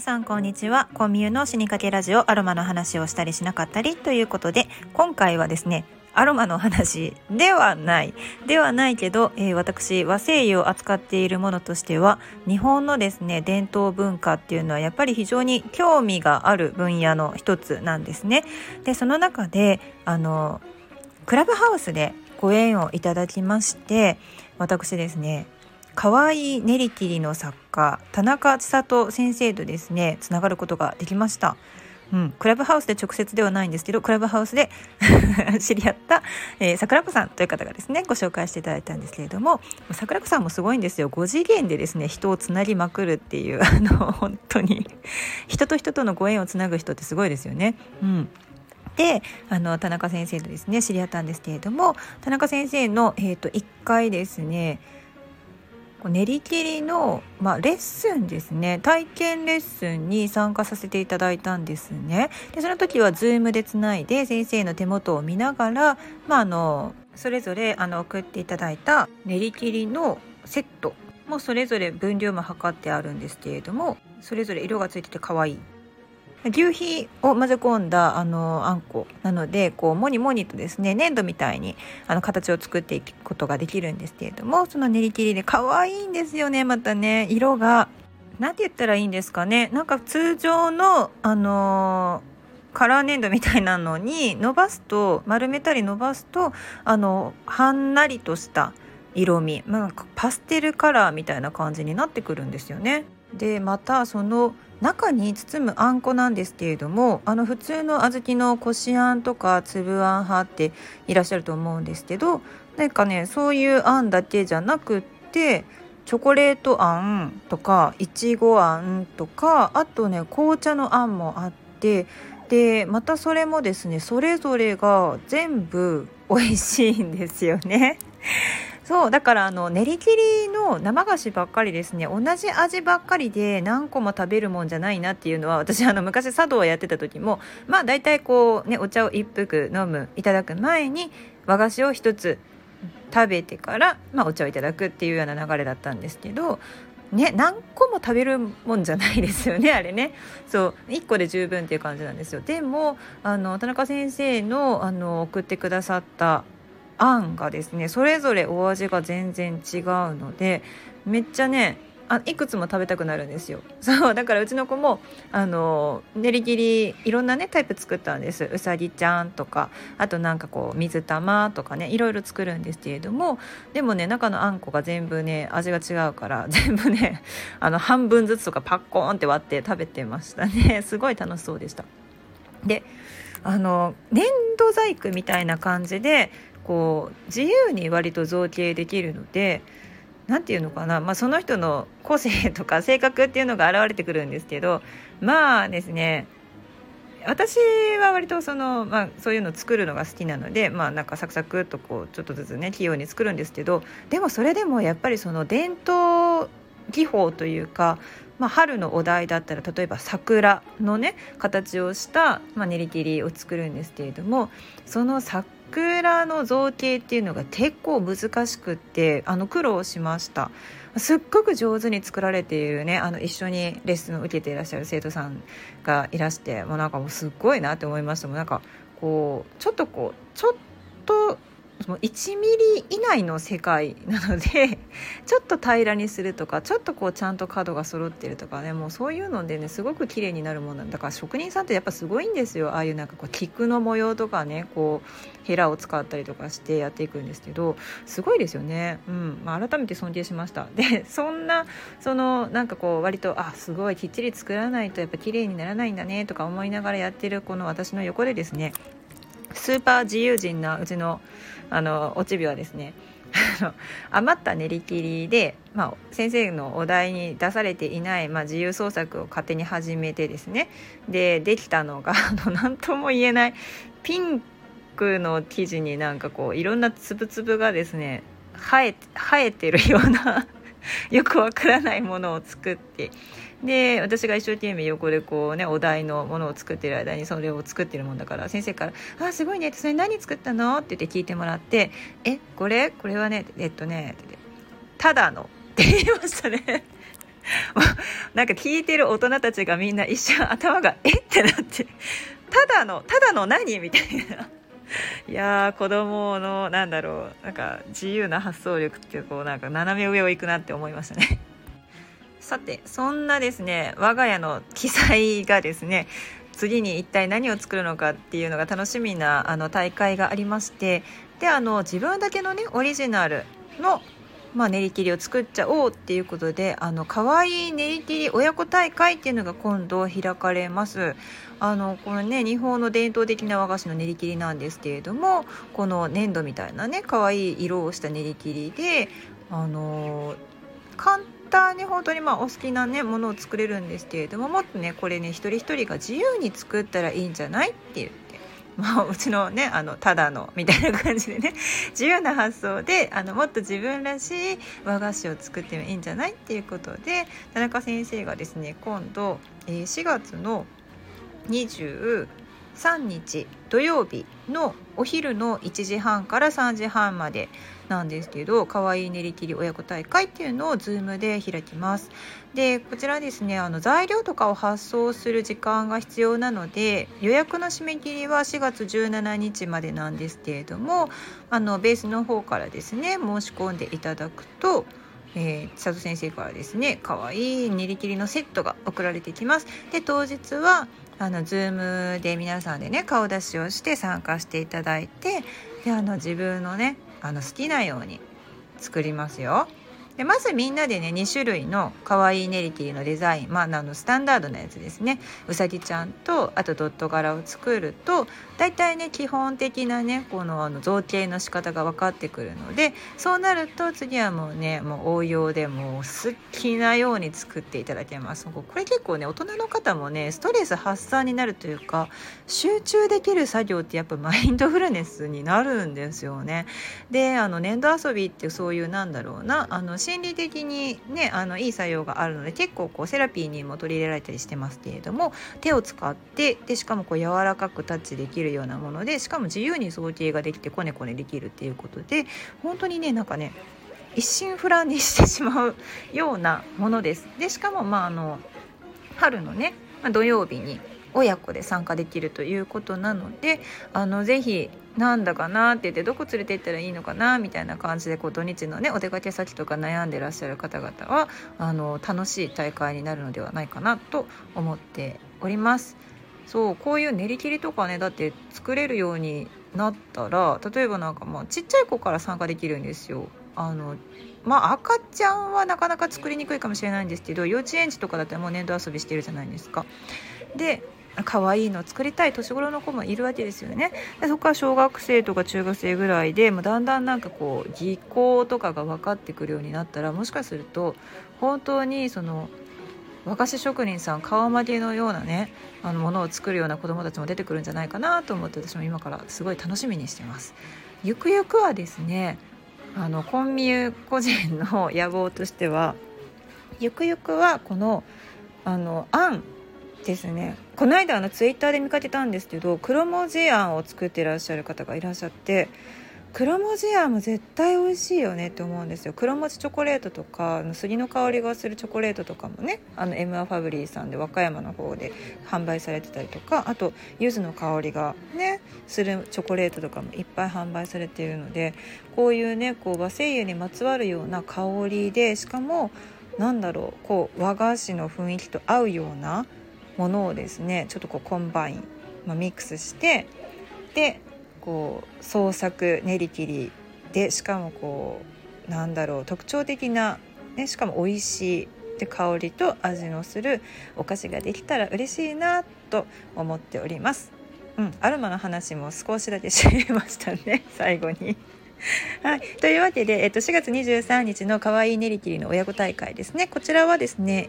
さんこんにちは。コミュの死にかけラジオ、アロマの話をしたりしなかったりということで、今回はですね、アロマの話ではないけど、私和精油を扱っているものとしては、日本のですね伝統文化っていうのはやっぱり非常に興味がある分野の一つなんですね。でその中でクラブハウスでご縁をいただきまして、私ですね、かわいい練り切りの作家田中千里先生とですねつながることができました。クラブハウスで直接ではないんですけど、クラブハウスで知り合った、桜子さんという方がですねご紹介していただいたんですけれども、桜子さんもすごいんですよ。5次元でですね人をつなぎまくるっていう本当に人と人とのご縁をつなぐ人ってすごいですよね。で田中先生とですね知り合ったんですけれども、田中先生の、1回ですね練り切りの、レッスンですね、体験レッスンに参加させていただいたんですね。でその時は Zoom でつないで先生の手元を見ながら、それぞれ送っていただいた練り切りのセットもそれぞれ分量も測ってあるんですけれども、それぞれ色がついてて可愛い牛皮を混ぜ込んだあんこなので、こうモニモニとですね粘土みたいに形を作っていくことができるんですけれども、その練り切りで可愛いんですよね。またね、色がなんて言ったらいいんですかね、なんか通常のカラー粘土みたいなのに伸ばすと、丸めたり伸ばすとはんなりとした色味、なんかパステルカラーみたいな感じになってくるんですよね。でまたその中に包むあんこなんですけれども、普通の小豆のこしあんとか粒あん派っていらっしゃると思うんですけど、なんかねそういうあんだけじゃなくって、チョコレートあんとかいちごあんとか、あとね紅茶のあんもあって、でまたそれもですねそれぞれが全部美味しいんですよね。そうだから練り切りの生菓子ばっかりですね、同じ味ばっかりで何個も食べるもんじゃないなっていうのは、私昔茶道をやってた時もだいたいこうねお茶を一服いただく前に和菓子を一つ食べてから、お茶をいただくっていうような流れだったんですけどね、何個も食べるもんじゃないですよね、あれね。そう1個で十分っていう感じなんですよ。でも田中先生の送ってくださったあんがですねそれぞれお味が全然違うので、めっちゃねいくつも食べたくなるんですよ。そうだからうちの子も練り切りいろんなねタイプ作ったんです。うさぎちゃんとか、あとなんかこう水玉とかね、いろいろ作るんですけれども、でもね中のあんこが全部ね味が違うから全部ね半分ずつとかパッコーンって割って食べてましたね。すごい楽しそうでした。で粘土細工みたいな感じでこう自由に割と造形できるので、なんていうのかな、その人の個性とか性格っていうのが現れてくるんですけど、ですね、私は割とそういうのを作るのが好きなので、なんかサクサクっとこうちょっとずつね器用に作るんですけど、でもそれでもやっぱりその伝統技法というか、春のお題だったら例えば桜のね形をした、練り切りを作るんですけれども、その桜の造形っていうのが結構難しくって苦労しました。すっごく上手に作られているね一緒にレッスンを受けていらっしゃる生徒さんがいらして、なんかもうすっごいなって思いました。もうなんかこうちょっと1ミリ以内の世界なのでちょっと平らにするとか、ちょっとこうちゃんと角が揃ってるとかね、もうそういうのでねすごく綺麗になるものなんだから、職人さんってやっぱすごいんですよ。ああいうなんかこう菊の模様とかね、こうヘラを使ったりとかしてやっていくんですけど、すごいですよね。改めて尊敬しました。でなんかこう割とすごいきっちり作らないとやっぱ綺麗にならないんだねとか思いながらやってるこの私の横でですね、スーパー自由人なうちのおちびはですね余った練り切りで、先生のお題に出されていない、自由創作を勝手に始めてですね、できたのが何とも言えないピンクの生地になんかこういろんなつぶつぶがですね生えてるようなよくわからないものを作って、で私が一生懸命横でこうねお題のものを作ってる間にそれを作ってるもんだから、先生からすごいね、それ何作ったのって言って聞いてもらって、これはねただのって言いましたねなんか聞いてる大人たちがみんな一瞬頭がえってなって、ただの何みたいな。いやー、子供のなんだろう、なんか自由な発想力っていう、こうなんか斜め上を行くなって思いましたね。さて、そんなですね、我が家の記載がですね、次に一体何を作るのかっていうのが楽しみな大会がありまして、で自分だけのねオリジナルの、練り切りを作っちゃおうっていうことで、かわいい練り切り親子大会っていうのが今度開かれます。このね、日本の伝統的な和菓子の練り切りなんですけれども、この粘土みたいなねかわいい色をした練り切りで、簡単に本当にお好きなねものを作れるんですけれども、もっとねこれね一人一人が自由に作ったらいいんじゃないって言って、うちのねただのみたいな感じでね、自由な発想でもっと自分らしい和菓子を作ってもいいんじゃないっていうことで、田中先生がですね今度、4月の23日土曜日のお昼の1時半から3時半までなんですけど、かわいい練り切り親子大会っていうのを Zoom で開きます。でこちらですね、材料とかを発送する時間が必要なので、予約の締め切りは4月17日までなんですけれども、ベースの方からですね申し込んでいただくと、佐藤先生からですねかわいい練り切りのセットが送られてきます。で当日はZoom で皆さんでね顔出しをして参加していただいて、で自分のね好きなように作りますよ。でまずみんなでね2種類のかわいい練り切りのデザイン、スタンダードなやつですね、うさぎちゃんとあとドット柄を作ると、だいたいね基本的なねこの造形の仕方が分かってくるので、そうなると次はもう応用でもう好きなように作っていただけます。これ結構ね大人の方もねストレス発散になるというか、集中できる作業ってやっぱマインドフルネスになるんですよね。で粘土遊びってそういうなんだろうな心理的にねいい作用があるので、結構セラピーにも取り入れられたりしてますけれども、手を使ってでしかも柔らかくタッチできるようなもので、しかも自由に造形ができてこねこねできるっていうことで、本当にね一心不乱にしてしまうようなものです。でしかも春のね土曜日に親子で参加できるということなので、ぜひなんだかなって言ってどこ連れて行ったらいいのかなみたいな感じで土日のねお出かけ先とか悩んでらっしゃる方々は楽しい大会になるのではないかなと思っております。そう、こういう練り切りとかねだって作れるようになったら、例えばちっちゃい子から参加できるんですよ。赤ちゃんはなかなか作りにくいかもしれないんですけど、幼稚園児とかだったらもう粘土遊びしてるじゃないですか。で可愛いの作りたい年頃の子もいるわけですよね。でそこから小学生とか中学生ぐらいでだんだん技巧とかが分かってくるようになったら、もしかすると本当に和菓子職人さん顔負けのようなねものを作るような子どもたちも出てくるんじゃないかなと思って、私も今からすごい楽しみにしてます。ゆくゆくはですねコンミュ個人の野望としては、ゆくゆくはこのあんですね、この間ツイッターで見かけたんですけど、黒文字あんを作っていらっしゃる方がいらっしゃって、黒文字あんも絶対美味しいよねって思うんですよ。黒文字チョコレートとか杉の香りがするチョコレートとかもねエムアファブリーさんで和歌山の方で販売されてたりとか、あと柚子の香りがねするチョコレートとかもいっぱい販売されているので、こういうね和製油にまつわるような香りで、しかも和菓子の雰囲気と合うようなものをですねちょっとコンバイン、ミックスしてで創作練り切りで、しかも特徴的な、しかも美味しいで香りと味のするお菓子ができたら嬉しいなと思っております。アロマの話も少しだけ知りましたね最後にはい、というわけで、4月23日のかわいい練り切りの親子大会ですね。こちらはですね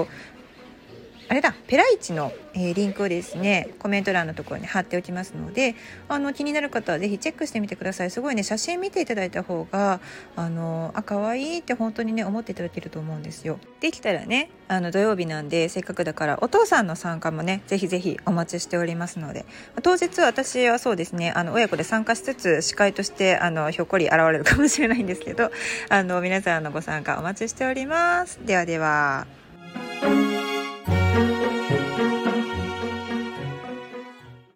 ペライチの、リンクをですねコメント欄のところに貼っておきますので、気になる方はぜひチェックしてみてください。すごいね写真見ていただいた方が可愛いって本当にね思っていただけると思うんですよ。できたらね土曜日なんでせっかくだからお父さんの参加もねぜひぜひお待ちしておりますので、当日私はそうですね親子で参加しつつ司会としてひょっこり現れるかもしれないんですけど皆さんのご参加お待ちしております。ではでは。 した。